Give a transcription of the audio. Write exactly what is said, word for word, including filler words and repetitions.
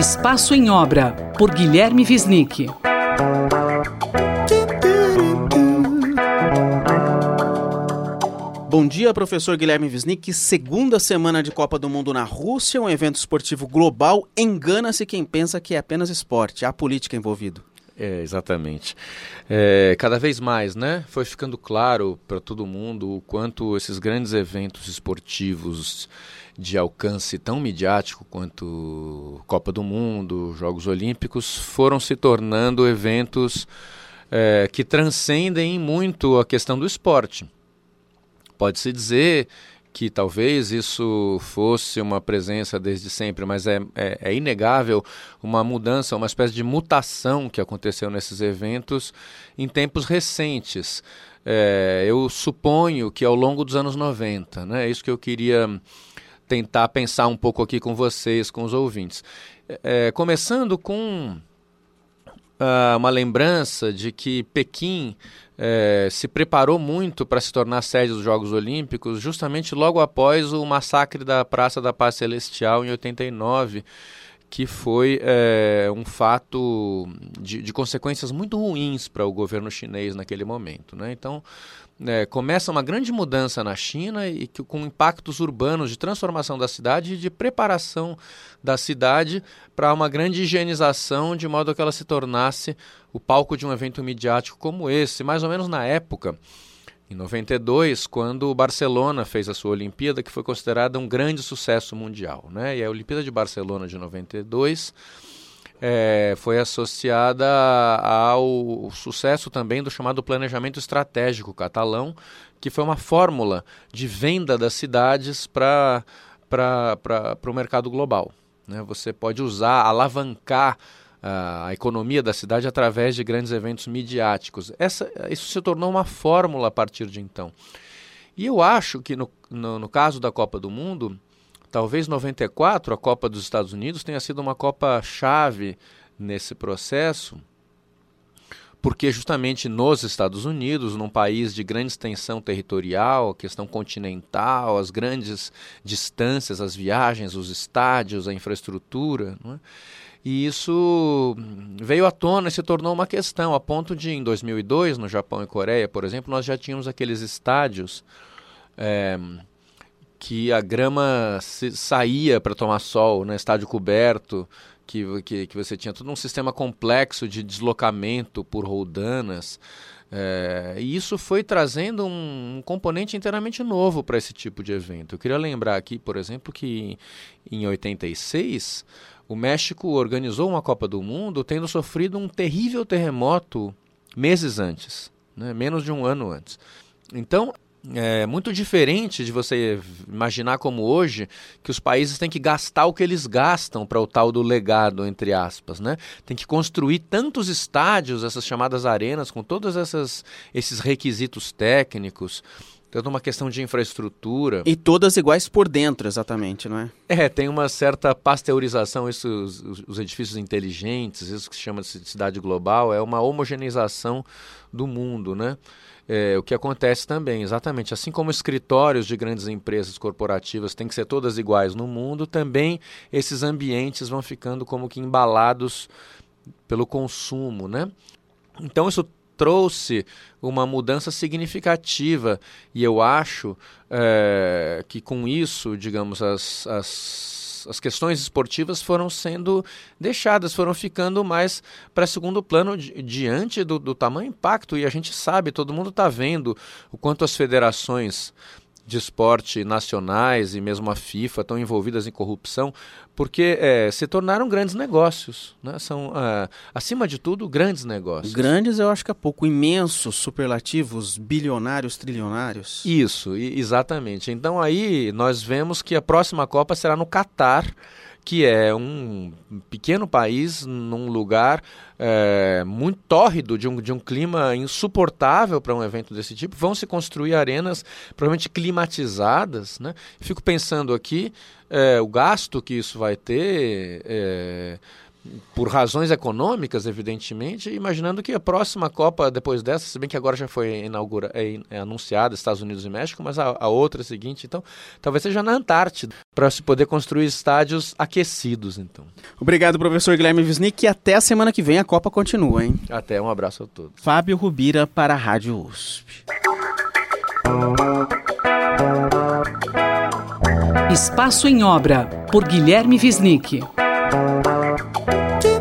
Espaço em Obra, por Guilherme Wisnik. Bom dia, professor Guilherme Wisnik. Segunda semana de Copa do Mundo na Rússia, um evento esportivo global. Engana-se quem pensa que é apenas esporte, há política envolvida. É, exatamente. É, cada vez mais, né, foi ficando claro para todo mundo o quanto esses grandes eventos esportivos de alcance tão midiático quanto Copa do Mundo, Jogos Olímpicos, foram se tornando eventos é, que transcendem muito a questão do esporte. Pode-se dizer que talvez isso fosse uma presença desde sempre, mas é, é, é inegável uma mudança, uma espécie de mutação que aconteceu nesses eventos em tempos recentes. É, eu suponho que ao longo dos anos noventa, né, é isso que eu queria tentar pensar um pouco aqui com vocês, com os ouvintes. É, começando com uh, uma lembrança de que Pequim É, se preparou muito para se tornar sede dos Jogos Olímpicos justamente logo após o massacre da Praça da Paz Celestial em oitenta e nove, que foi é, um fato de, de consequências muito ruins para o governo chinês naquele momento, né? Então, é, começa uma grande mudança na China e que, com impactos urbanos de transformação da cidade e de preparação da cidade para uma grande higienização, de modo que ela se tornasse o palco de um evento midiático como esse, mais ou menos na época, em noventa e dois, quando o Barcelona fez a sua Olimpíada, que foi considerada um grande sucesso mundial, né? E a Olimpíada de Barcelona de noventa e dois é, foi associada ao sucesso também do chamado planejamento estratégico catalão, que foi uma fórmula de venda das cidades para o mercado global, né? Você pode usar, alavancar a economia da cidade através de grandes eventos midiáticos. Essa, isso se tornou uma fórmula a partir de então. E eu acho que no, no, no caso da Copa do Mundo, talvez noventa e quatro, a Copa dos Estados Unidos, tenha sido uma Copa-chave nesse processo, porque justamente nos Estados Unidos, num país de grande extensão territorial, a questão continental, as grandes distâncias, as viagens, os estádios, a infraestrutura, não é? E isso veio à tona e se tornou uma questão, a ponto de, em dois mil e dois, no Japão e Coreia, por exemplo, nós já tínhamos aqueles estádios é, que a grama se, saía para tomar sol, né? Estádio coberto, que, que, que você tinha todo um sistema complexo de deslocamento por roldanas. É, e isso foi trazendo um, um componente inteiramente novo para esse tipo de evento. Eu queria lembrar aqui, por exemplo, que em oitenta e seis... o México organizou uma Copa do Mundo tendo sofrido um terrível terremoto meses antes, né? Menos de um ano antes. Então, é muito diferente de você imaginar como hoje que os países têm que gastar o que eles gastam para o tal do legado, entre aspas, né? Tem que construir tantos estádios, essas chamadas arenas, com todos essas, esses requisitos técnicos, toda uma questão de infraestrutura. E todas iguais por dentro, exatamente, não é? É, tem uma certa pasteurização, isso, os, os edifícios inteligentes, isso que se chama de cidade global, é uma homogeneização do mundo, né? É, o que acontece também, exatamente, assim como escritórios de grandes empresas corporativas têm que ser todas iguais no mundo, também esses ambientes vão ficando como que embalados pelo consumo, né? Então isso trouxe uma mudança significativa e eu acho é, que com isso, digamos, as, as, as questões esportivas foram sendo deixadas, foram ficando mais para segundo plano di, diante do, do tamanho impacto, e a gente sabe, todo mundo está vendo o quanto as federações de esporte nacionais e mesmo a FIFA estão envolvidas em corrupção, porque é, se tornaram grandes negócios, né? São, uh, acima de tudo, grandes negócios. Grandes eu acho que é pouco, imensos, superlativos, bilionários, trilionários. Isso, e, exatamente. Então aí nós vemos que a próxima Copa será no Catar, que é um pequeno país num lugar é, muito tórrido, de um, de um clima insuportável para um evento desse tipo. Vão se construir arenas provavelmente climatizadas, né? Fico pensando aqui, é, o gasto que isso vai ter, é, por razões econômicas, evidentemente, imaginando que a próxima Copa depois dessa, se bem que agora já foi inaugura, é, é anunciada Estados Unidos e México, mas a, a outra seguinte, então, talvez seja na Antártida, para se poder construir estádios aquecidos, então. Obrigado, professor Guilherme Wisnik, e até a semana que vem a Copa continua, hein? Até, um abraço a todos. Fábio Rubira para a Rádio U S P. Espaço em Obra, por Guilherme Wisnik. Do